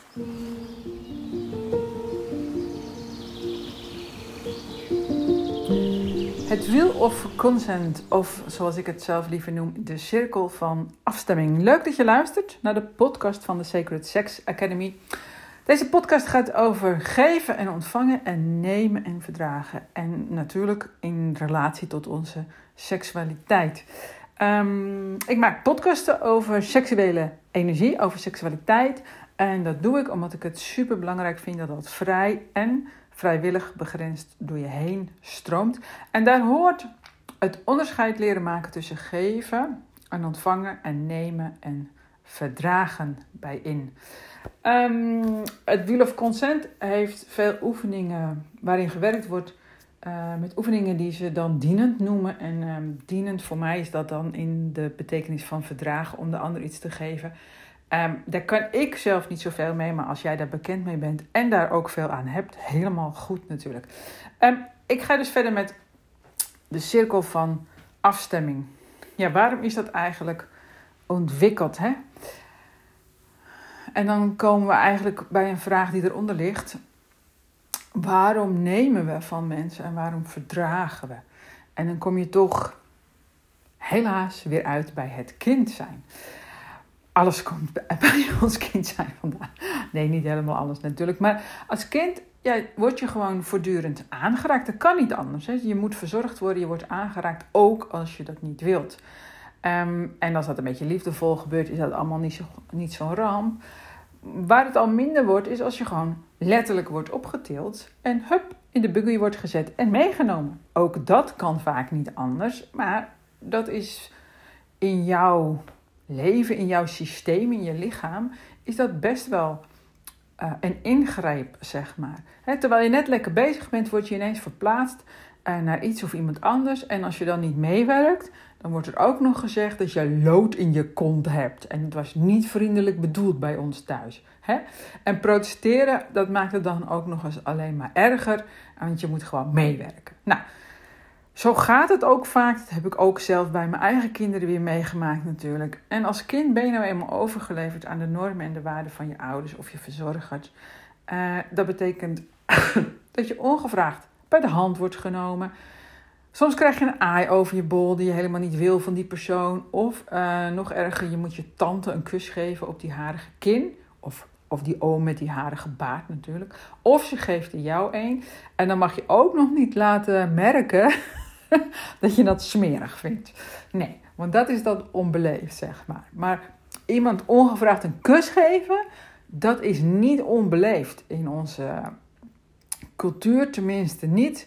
Het Wheel of Consent, of zoals ik het zelf liever noem, de cirkel van afstemming. Leuk dat je luistert naar de podcast van de Sacred Sex Academy. Deze podcast gaat over geven en ontvangen en nemen en verdragen. En natuurlijk in relatie tot onze seksualiteit. Ik maak podcasten over seksuele energie, over seksualiteit. En dat doe ik omdat ik het super belangrijk vind dat dat vrij en vrijwillig begrensd door je heen stroomt. En daar hoort het onderscheid leren maken tussen geven en ontvangen en nemen en verdragen bij in. Het Wheel of Consent heeft veel oefeningen waarin gewerkt wordt met oefeningen die ze dan dienend noemen. En dienend voor mij is dat dan in de betekenis van verdragen om de ander iets te geven. Daar kan ik zelf niet zoveel mee, maar als jij daar bekend mee bent en daar ook veel aan hebt, helemaal goed natuurlijk. Ik ga dus verder met de cirkel van afstemming. Ja, waarom is dat eigenlijk ontwikkeld, hè? En dan komen we eigenlijk bij een vraag die eronder ligt. Waarom nemen we van mensen en waarom verdragen we? En dan kom je toch helaas weer uit bij het kind zijn. Alles komt bij ons kind zijn vandaan. Nee, niet helemaal alles natuurlijk. Maar als kind word je gewoon voortdurend aangeraakt. Dat kan niet anders. Hè? Je moet verzorgd worden. Je wordt aangeraakt ook als je dat niet wilt. En als dat een beetje liefdevol gebeurt, is dat allemaal niet zo'n ramp. Waar het al minder wordt, is als je gewoon letterlijk wordt opgetild. En hup, in de buggy wordt gezet en meegenomen. Ook dat kan vaak niet anders. Maar dat is in jouw leven, in jouw systeem, in je lichaam, is dat best wel een ingreep, zeg maar. Terwijl je net lekker bezig bent, word je ineens verplaatst naar iets of iemand anders. En als je dan niet meewerkt, dan wordt er ook nog gezegd dat je lood in je kont hebt. En het was niet vriendelijk bedoeld bij ons thuis. En protesteren, dat maakt het dan ook nog eens alleen maar erger, want je moet gewoon meewerken. Nou, zo gaat het ook vaak. Dat heb ik ook zelf bij mijn eigen kinderen weer meegemaakt natuurlijk. En als kind ben je nou eenmaal overgeleverd aan de normen en de waarden van je ouders of je verzorgers. Dat betekent dat je ongevraagd bij de hand wordt genomen. Soms krijg je een aai over je bol die je helemaal niet wil van die persoon. Of nog erger, je moet je tante een kus geven op die harige kin. Of die oom met die harige baard natuurlijk. Of ze geeft er jou een. En dan mag je ook nog niet laten merken dat je dat smerig vindt. Nee, want dat is dan onbeleefd, zeg maar. Maar iemand ongevraagd een kus geven, dat is niet onbeleefd in onze cultuur. Tenminste niet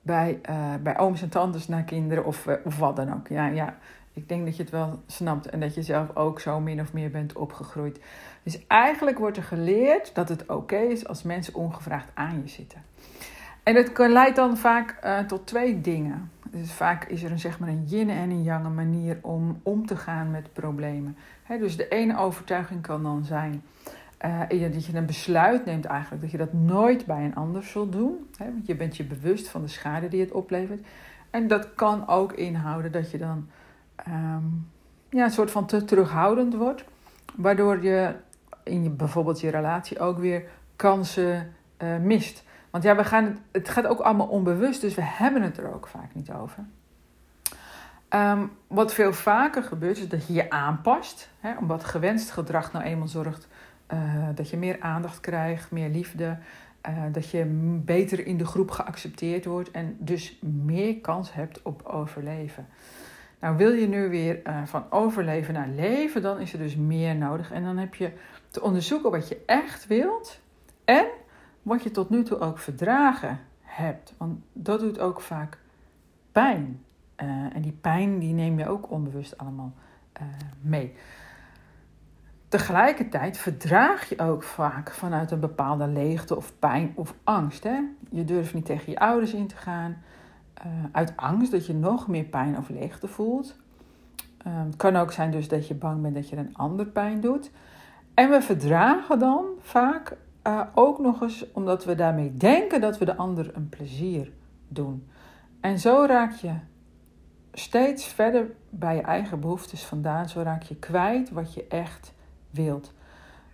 bij ooms en tantes naar kinderen of wat dan ook. Ja, ik denk dat je het wel snapt en dat je zelf ook zo min of meer bent opgegroeid. Dus eigenlijk wordt er geleerd dat het oké is als mensen ongevraagd aan je zitten. En dat leidt dan vaak tot twee dingen. Dus vaak is er een yin en een yang manier om te gaan met problemen. Dus de ene overtuiging kan dan zijn dat je een besluit neemt eigenlijk dat je dat nooit bij een ander zult doen. Want je bent je bewust van de schade die het oplevert. En dat kan ook inhouden dat je dan een soort van te terughoudend wordt. Waardoor je in bijvoorbeeld je relatie ook weer kansen mist. Want het gaat ook allemaal onbewust, dus we hebben het er ook vaak niet over. Wat veel vaker gebeurt, is dat je je aanpast. Omdat gewenst gedrag nou eenmaal zorgt dat je meer aandacht krijgt, meer liefde. Dat je beter in de groep geaccepteerd wordt en dus meer kans hebt op overleven. Nou, wil je nu weer van overleven naar leven, dan is er dus meer nodig. En dan heb je te onderzoeken wat je echt wilt en wat je tot nu toe ook verdragen hebt. Want dat doet ook vaak pijn. En die pijn die neem je ook onbewust allemaal mee. Tegelijkertijd verdraag je ook vaak vanuit een bepaalde leegte of pijn of angst. Hè? Je durft niet tegen je ouders in te gaan. Uit angst dat je nog meer pijn of leegte voelt. Het kan ook zijn dus dat je bang bent dat je een ander pijn doet. En we verdragen dan vaak ook nog eens omdat we daarmee denken dat we de ander een plezier doen. En zo raak je steeds verder bij je eigen behoeftes vandaan. Zo raak je kwijt wat je echt wilt.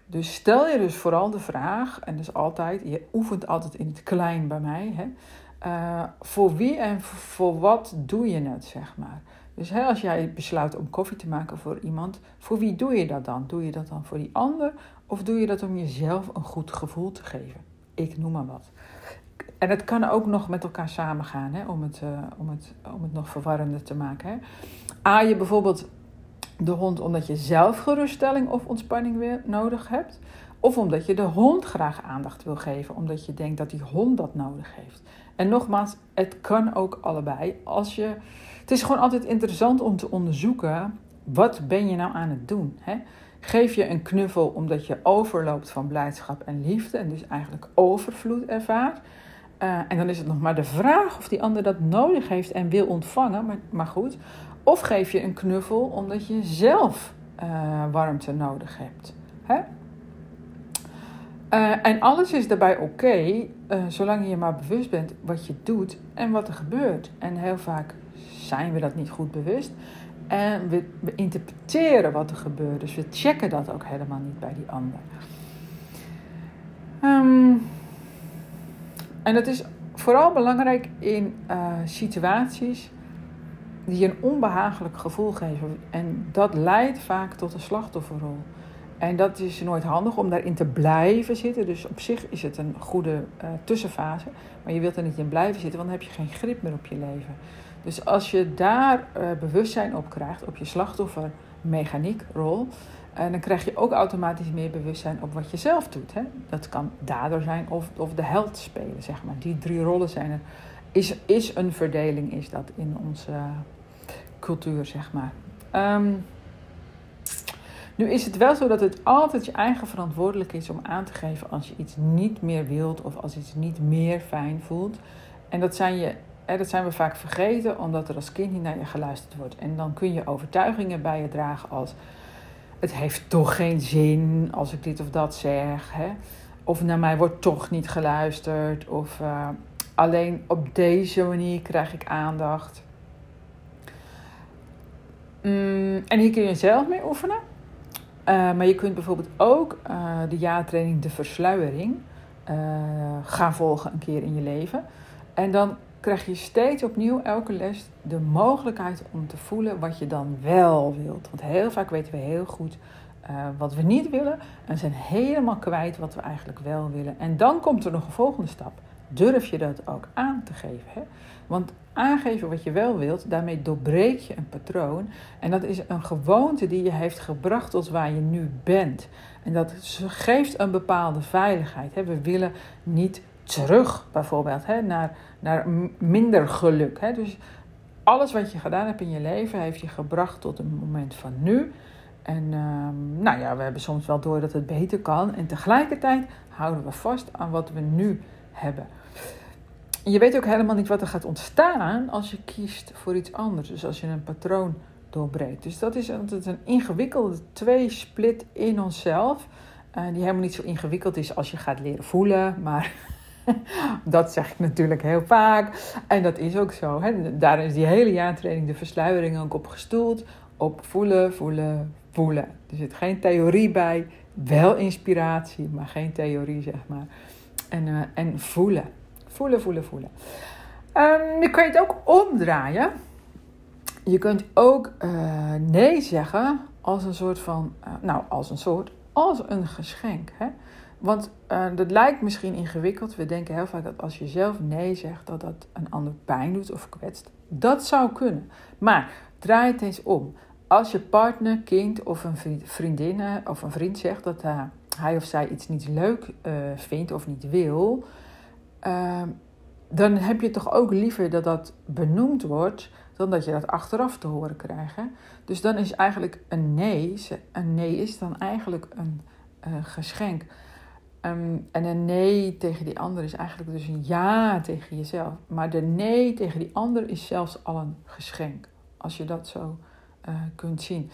Dus stel je dus vooral de vraag, en dus altijd, je oefent altijd in het klein bij mij, hè, voor wie en voor wat doe je het, zeg maar. Dus als jij besluit om koffie te maken voor iemand, voor wie doe je dat dan? Doe je dat dan voor die ander of doe je dat om jezelf een goed gevoel te geven? Ik noem maar wat. En het kan ook nog met elkaar samengaan, hè, om het nog verwarrender te maken. Hè. Aai je bijvoorbeeld de hond omdat je zelf geruststelling of ontspanning weer nodig hebt. Of omdat je de hond graag aandacht wil geven. Omdat je denkt dat die hond dat nodig heeft. En nogmaals, het kan ook allebei. Het is gewoon altijd interessant om te onderzoeken. Wat ben je nou aan het doen? Hè? Geef je een knuffel omdat je overloopt van blijdschap en liefde. En dus eigenlijk overvloed ervaart. En dan is het nog maar de vraag of die ander dat nodig heeft en wil ontvangen. Maar goed. Of geef je een knuffel omdat je zelf warmte nodig hebt. Hè? En alles is daarbij oké, zolang je maar bewust bent wat je doet en wat er gebeurt. En heel vaak zijn we dat niet goed bewust. En we interpreteren wat er gebeurt. Dus we checken dat ook helemaal niet bij die ander. En dat is vooral belangrijk in situaties die een onbehagelijk gevoel geven. En dat leidt vaak tot een slachtofferrol. En dat is nooit handig om daarin te blijven zitten. Dus op zich is het een goede tussenfase. Maar je wilt er niet in blijven zitten, want dan heb je geen grip meer op je leven. Dus als je daar bewustzijn op krijgt, op je slachtoffermechaniekrol, dan krijg je ook automatisch meer bewustzijn op wat je zelf doet. Hè? Dat kan dader zijn of de held spelen, zeg maar. Die 3 rollen zijn er. Is een verdeling, is dat in onze cultuur, zeg maar. Nu is het wel zo dat het altijd je eigen verantwoordelijk is om aan te geven als je iets niet meer wilt of als iets niet meer fijn voelt. En dat zijn we vaak vergeten omdat er als kind niet naar je geluisterd wordt. En dan kun je overtuigingen bij je dragen als het heeft toch geen zin als ik dit of dat zeg. Hè? Of naar mij wordt toch niet geluisterd. Of alleen op deze manier krijg ik aandacht. En hier kun je zelf mee oefenen. Maar je kunt bijvoorbeeld ook de jaartraining De Versluiering gaan volgen een keer in je leven. En dan krijg je steeds opnieuw elke les de mogelijkheid om te voelen wat je dan wel wilt. Want heel vaak weten we heel goed wat we niet willen en zijn helemaal kwijt wat we eigenlijk wel willen. En dan komt er nog een volgende stap. Durf je dat ook aan te geven? Hè? Want aangeven wat je wel wilt, daarmee doorbreek je een patroon. En dat is een gewoonte die je heeft gebracht tot waar je nu bent. En dat geeft een bepaalde veiligheid. Hè? We willen niet terug, bijvoorbeeld, hè? Naar minder geluk. Hè? Dus alles wat je gedaan hebt in je leven, heeft je gebracht tot een moment van nu. En we hebben soms wel door dat het beter kan. En tegelijkertijd houden we vast aan wat we nu hebben. Je weet ook helemaal niet wat er gaat ontstaan als je kiest voor iets anders. Dus als je een patroon doorbreekt. Dus dat is een ingewikkelde tweesplit in onszelf. Die helemaal niet zo ingewikkeld is als je gaat leren voelen. Maar dat zeg ik natuurlijk heel vaak. En dat is ook zo. Hè. Daar is die hele jaartraining De Versluiering ook op gestoeld. Op voelen, voelen, voelen. Er zit geen theorie bij. Wel inspiratie, maar geen theorie, zeg maar. En voelen. Voelen. Nu kan je het ook omdraaien. Je kunt ook nee zeggen als een soort van... als een geschenk. Hè? Want dat lijkt misschien ingewikkeld. We denken heel vaak dat als je zelf nee zegt, dat dat een ander pijn doet of kwetst. Dat zou kunnen. Maar draai het eens om. Als je partner, kind of een vriendin of een vriend zegt dat hij of zij iets niet leuk vindt of niet wil... dan heb je toch ook liever dat dat benoemd wordt dan dat je dat achteraf te horen krijgt. Hè? Dus dan is eigenlijk een nee is dan eigenlijk een geschenk. En een nee tegen die ander is eigenlijk dus een ja tegen jezelf. Maar de nee tegen die ander is zelfs al een geschenk. Als je dat zo kunt zien.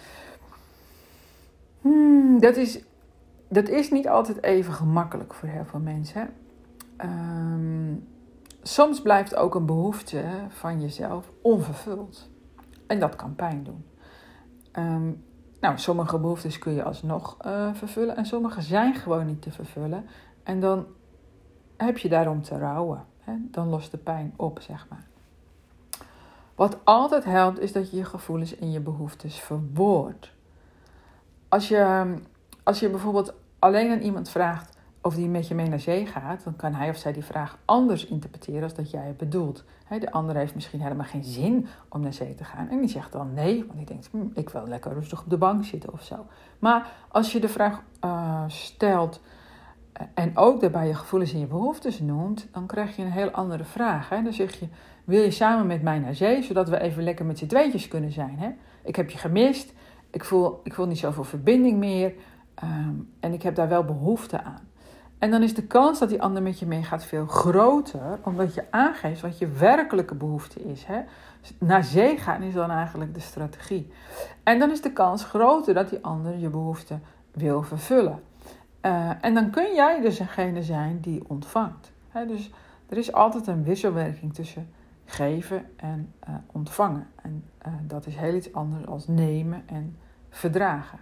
Dat is niet altijd even gemakkelijk voor heel veel mensen. Hè? Soms blijft ook een behoefte van jezelf onvervuld. En dat kan pijn doen. Nou, sommige behoeftes kun je alsnog vervullen en sommige zijn gewoon niet te vervullen. En dan heb je daarom te rouwen. Hè? Dan lost de pijn op, zeg maar. Wat altijd helpt, is dat je je gevoelens en je behoeftes verwoordt. Als je bijvoorbeeld alleen aan iemand vraagt of die met je mee naar zee gaat, dan kan hij of zij die vraag anders interpreteren als dat jij het bedoelt. De ander heeft misschien helemaal geen zin om naar zee te gaan. En die zegt dan nee, want die denkt, ik wil lekker rustig op de bank zitten of zo. Maar als je de vraag stelt en ook daarbij je gevoelens en je behoeftes noemt, dan krijg je een heel andere vraag. Dan zeg je, wil je samen met mij naar zee, zodat we even lekker met z'n tweetjes kunnen zijn? Ik heb je gemist, ik voel niet zoveel verbinding meer en ik heb daar wel behoefte aan. En dan is de kans dat die ander met je meegaat veel groter, omdat je aangeeft wat je werkelijke behoefte is. Naar zee gaan is dan eigenlijk de strategie. En dan is de kans groter dat die ander je behoefte wil vervullen. En dan kun jij dus degene zijn die ontvangt. Dus er is altijd een wisselwerking tussen geven en ontvangen. En dat is heel iets anders als nemen en verdragen.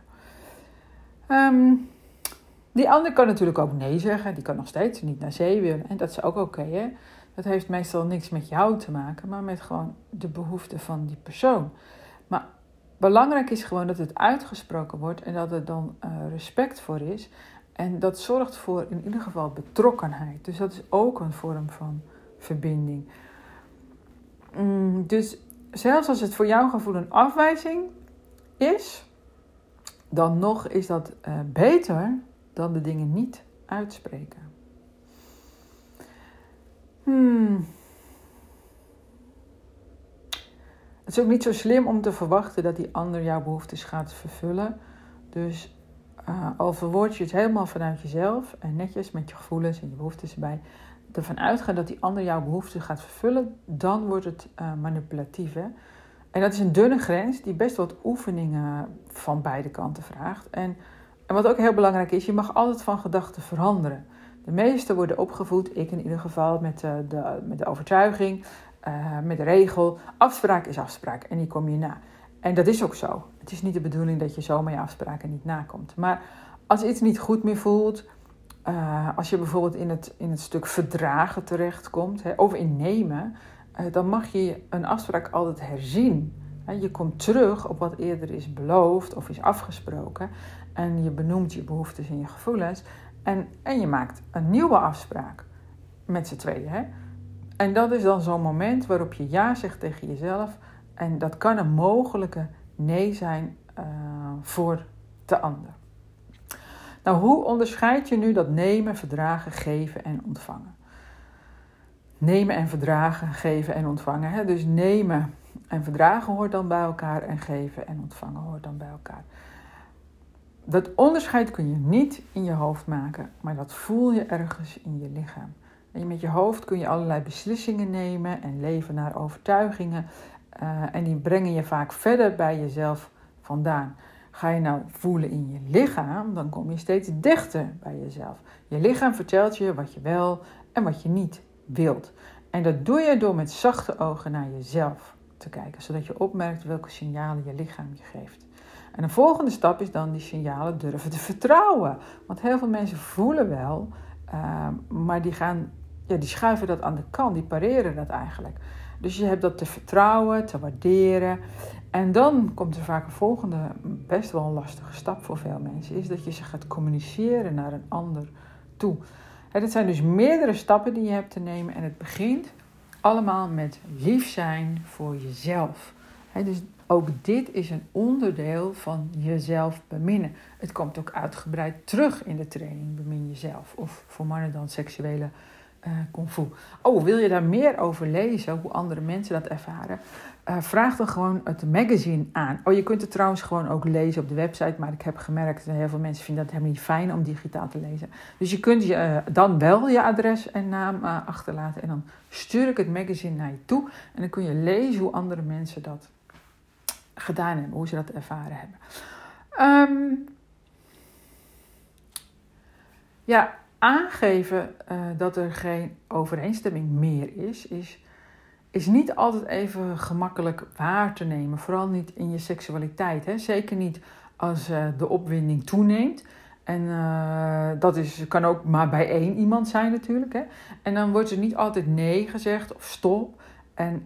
Die ander kan natuurlijk ook nee zeggen. Die kan nog steeds niet naar zee willen. En dat is ook oké. Dat heeft meestal niks met jou te maken, maar met gewoon de behoeften van die persoon. Maar belangrijk is gewoon dat het uitgesproken wordt en dat er dan respect voor is. En dat zorgt voor in ieder geval betrokkenheid. Dus dat is ook een vorm van verbinding. Dus zelfs als het voor jouw gevoel een afwijzing is, dan nog is dat beter dan de dingen niet uitspreken. Het is ook niet zo slim om te verwachten dat die ander jouw behoeftes gaat vervullen. Dus al verwoord je het helemaal vanuit jezelf en netjes met je gevoelens en je behoeftes erbij, ervan uitgaan dat die ander jouw behoeftes gaat vervullen, dan wordt het manipulatief. En dat is een dunne grens die best wat oefeningen van beide kanten vraagt. En wat ook heel belangrijk is, je mag altijd van gedachten veranderen. De meesten worden opgevoed, ik in ieder geval, met de overtuiging, met de regel. Afspraak is afspraak en die kom je na. En dat is ook zo. Het is niet de bedoeling dat je zomaar je afspraken niet nakomt. Maar als iets niet goed meer voelt, als je bijvoorbeeld in het stuk verdragen terechtkomt, of in nemen, dan mag je een afspraak altijd herzien. Je komt terug op wat eerder is beloofd of is afgesproken. En je benoemt je behoeftes en je gevoelens. En je maakt een nieuwe afspraak met z'n tweeën. En dat is dan zo'n moment waarop je ja zegt tegen jezelf. En dat kan een mogelijke nee zijn voor de ander. Nou, hoe onderscheid je nu dat nemen, verdragen, geven en ontvangen? Nemen en verdragen, geven en ontvangen. Dus nemen en verdragen hoort dan bij elkaar en geven en ontvangen hoort dan bij elkaar. Dat onderscheid kun je niet in je hoofd maken, maar dat voel je ergens in je lichaam. En met je hoofd kun je allerlei beslissingen nemen en leven naar overtuigingen. En die brengen je vaak verder bij jezelf vandaan. Ga je nou voelen in je lichaam, dan kom je steeds dichter bij jezelf. Je lichaam vertelt je wat je wel en wat je niet wilt. En dat doe je door met zachte ogen naar jezelf te kijken, zodat je opmerkt welke signalen je lichaam je geeft. En een volgende stap is dan die signalen durven te vertrouwen. Want heel veel mensen voelen wel, maar die schuiven dat aan de kant, die pareren dat eigenlijk. Dus je hebt dat te vertrouwen, te waarderen. En dan komt er vaak een volgende, best wel een lastige stap voor veel mensen, is dat je ze gaat communiceren naar een ander toe. Dat zijn dus meerdere stappen die je hebt te nemen en het begint allemaal met lief zijn voor jezelf. Dus ook dit is een onderdeel van jezelf beminnen. Het komt ook uitgebreid terug in de training Bemin Jezelf. Of voor mannen dan seksuele kung fu. Oh, wil je daar meer over lezen, hoe andere mensen dat ervaren? Vraag dan gewoon het magazine aan. Oh, je kunt het trouwens gewoon ook lezen op de website. Maar ik heb gemerkt dat heel veel mensen vinden dat helemaal niet fijn om digitaal te lezen. Dus je kunt dan wel je adres en naam achterlaten. En dan stuur ik het magazine naar je toe. En dan kun je lezen hoe andere mensen dat gedaan hebben. Hoe ze dat ervaren hebben. Aangeven dat er geen overeenstemming meer is niet altijd even gemakkelijk waar te nemen. Vooral niet in je seksualiteit. Zeker niet als de opwinding toeneemt. En dat kan ook maar bij één iemand zijn natuurlijk. Hè. En dan wordt er niet altijd nee gezegd of stop. En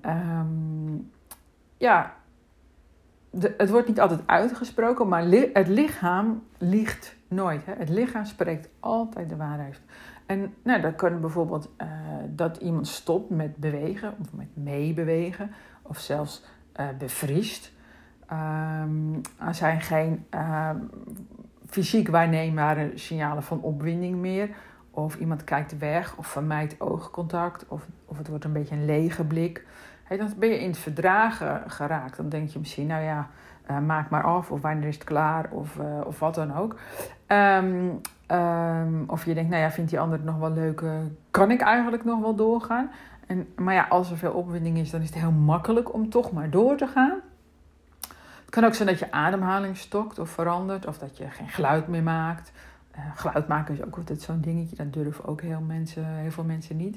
het wordt niet altijd uitgesproken, maar het lichaam liegt nooit. Hè. Het lichaam spreekt altijd de waarheid. En dat kan bijvoorbeeld dat iemand stopt met bewegen of met meebewegen of zelfs bevriest. Er zijn geen fysiek waarneembare signalen van opwinding meer. Of iemand kijkt weg of vermijdt oogcontact of het wordt een beetje een lege blik. Hey, dan ben je in het verdragen geraakt. Dan denk je misschien, maak maar af of wanneer is het klaar of wat dan ook. Of je denkt, vindt die ander het nog wel leuk? Kan ik eigenlijk nog wel doorgaan? Maar als er veel opwinding is, dan is het heel makkelijk om toch maar door te gaan. Het kan ook zijn dat je ademhaling stokt of verandert. Of dat je geen geluid meer maakt. Geluid maken is ook altijd zo'n dingetje. Dat durven ook heel veel mensen niet.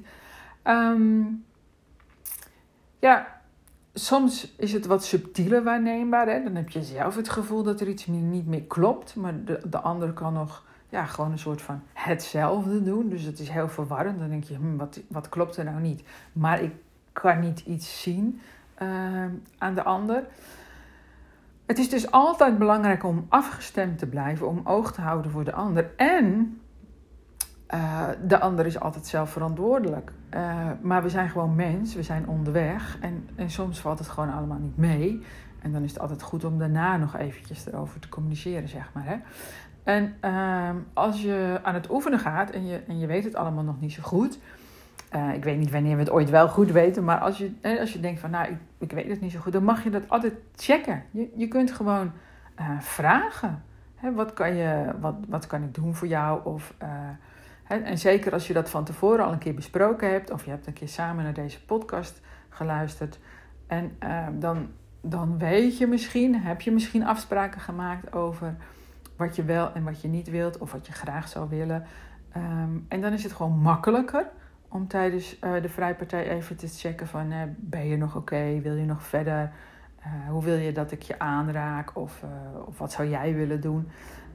Soms is het wat subtieler waarneembaar. Hè? Dan heb je zelf het gevoel dat er iets niet meer klopt. Maar de ander kan nog gewoon een soort van hetzelfde doen. Dus het is heel verwarrend. Dan denk je, wat klopt er nou niet? Maar ik kan niet iets zien aan de ander. Het is dus altijd belangrijk om afgestemd te blijven. Om oog te houden voor de ander. En de ander is altijd zelf verantwoordelijk. Maar we zijn gewoon mens, we zijn onderweg. En soms valt het gewoon allemaal niet mee. En dan is het altijd goed om daarna nog eventjes erover te communiceren, zeg maar. Hè? En als je aan het oefenen gaat en je weet het allemaal nog niet zo goed. Ik weet niet wanneer we het ooit wel goed weten. Maar als je denkt van, ik weet het niet zo goed. Dan mag je dat altijd checken. Je kunt gewoon vragen. Hè, wat kan ik doen voor jou? En zeker als je dat van tevoren al een keer besproken hebt. Of je hebt een keer samen naar deze podcast geluisterd. En dan weet je heb je misschien afspraken gemaakt over wat je wel en wat je niet wilt. Of wat je graag zou willen. En dan is het gewoon makkelijker om tijdens de vrijpartij even te checken van ben je nog oké? Wil je nog verder? Hoe wil je dat ik je aanraak? Of wat zou jij willen doen?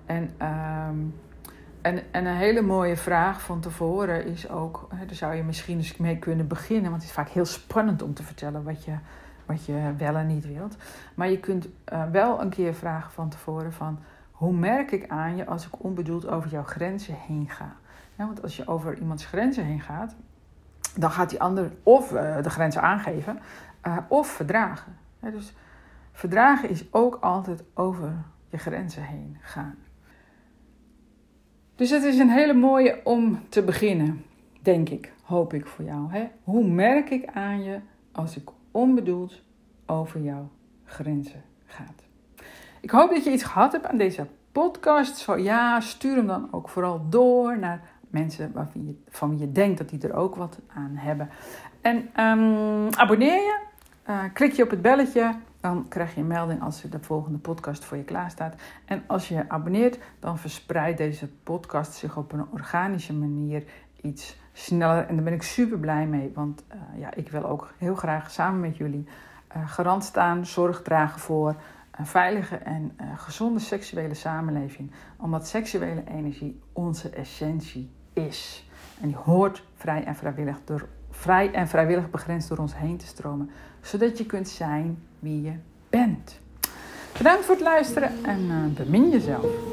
En een hele mooie vraag van tevoren is ook, daar zou je misschien eens mee kunnen beginnen, want het is vaak heel spannend om te vertellen wat je wel en niet wilt. Maar je kunt wel een keer vragen van tevoren van, hoe merk ik aan je als ik onbedoeld over jouw grenzen heen ga? Ja, want als je over iemands grenzen heen gaat, dan gaat die ander of de grenzen aangeven of verdragen. Ja, dus verdragen is ook altijd over je grenzen heen gaan. Dus het is een hele mooie om te beginnen, denk ik, hoop ik voor jou. Hè? Hoe merk ik aan je als ik onbedoeld over jouw grenzen ga? Ik hoop dat je iets gehad hebt aan deze podcast. Zo ja, stuur hem dan ook vooral door naar mensen van wie je denkt dat die er ook wat aan hebben. En abonneer je, klik je op het belletje. Dan krijg je een melding als de volgende podcast voor je klaar staat. En als je abonneert, dan verspreidt deze podcast zich op een organische manier iets sneller. En daar ben ik super blij mee. Want ik wil ook heel graag samen met jullie garant staan, zorg dragen voor een veilige en gezonde seksuele samenleving. Omdat seksuele energie onze essentie is. En die hoort vrij en vrijwillig begrensd door ons heen te stromen. Zodat je kunt zijn wie je bent. Bedankt voor het luisteren en bemin jezelf.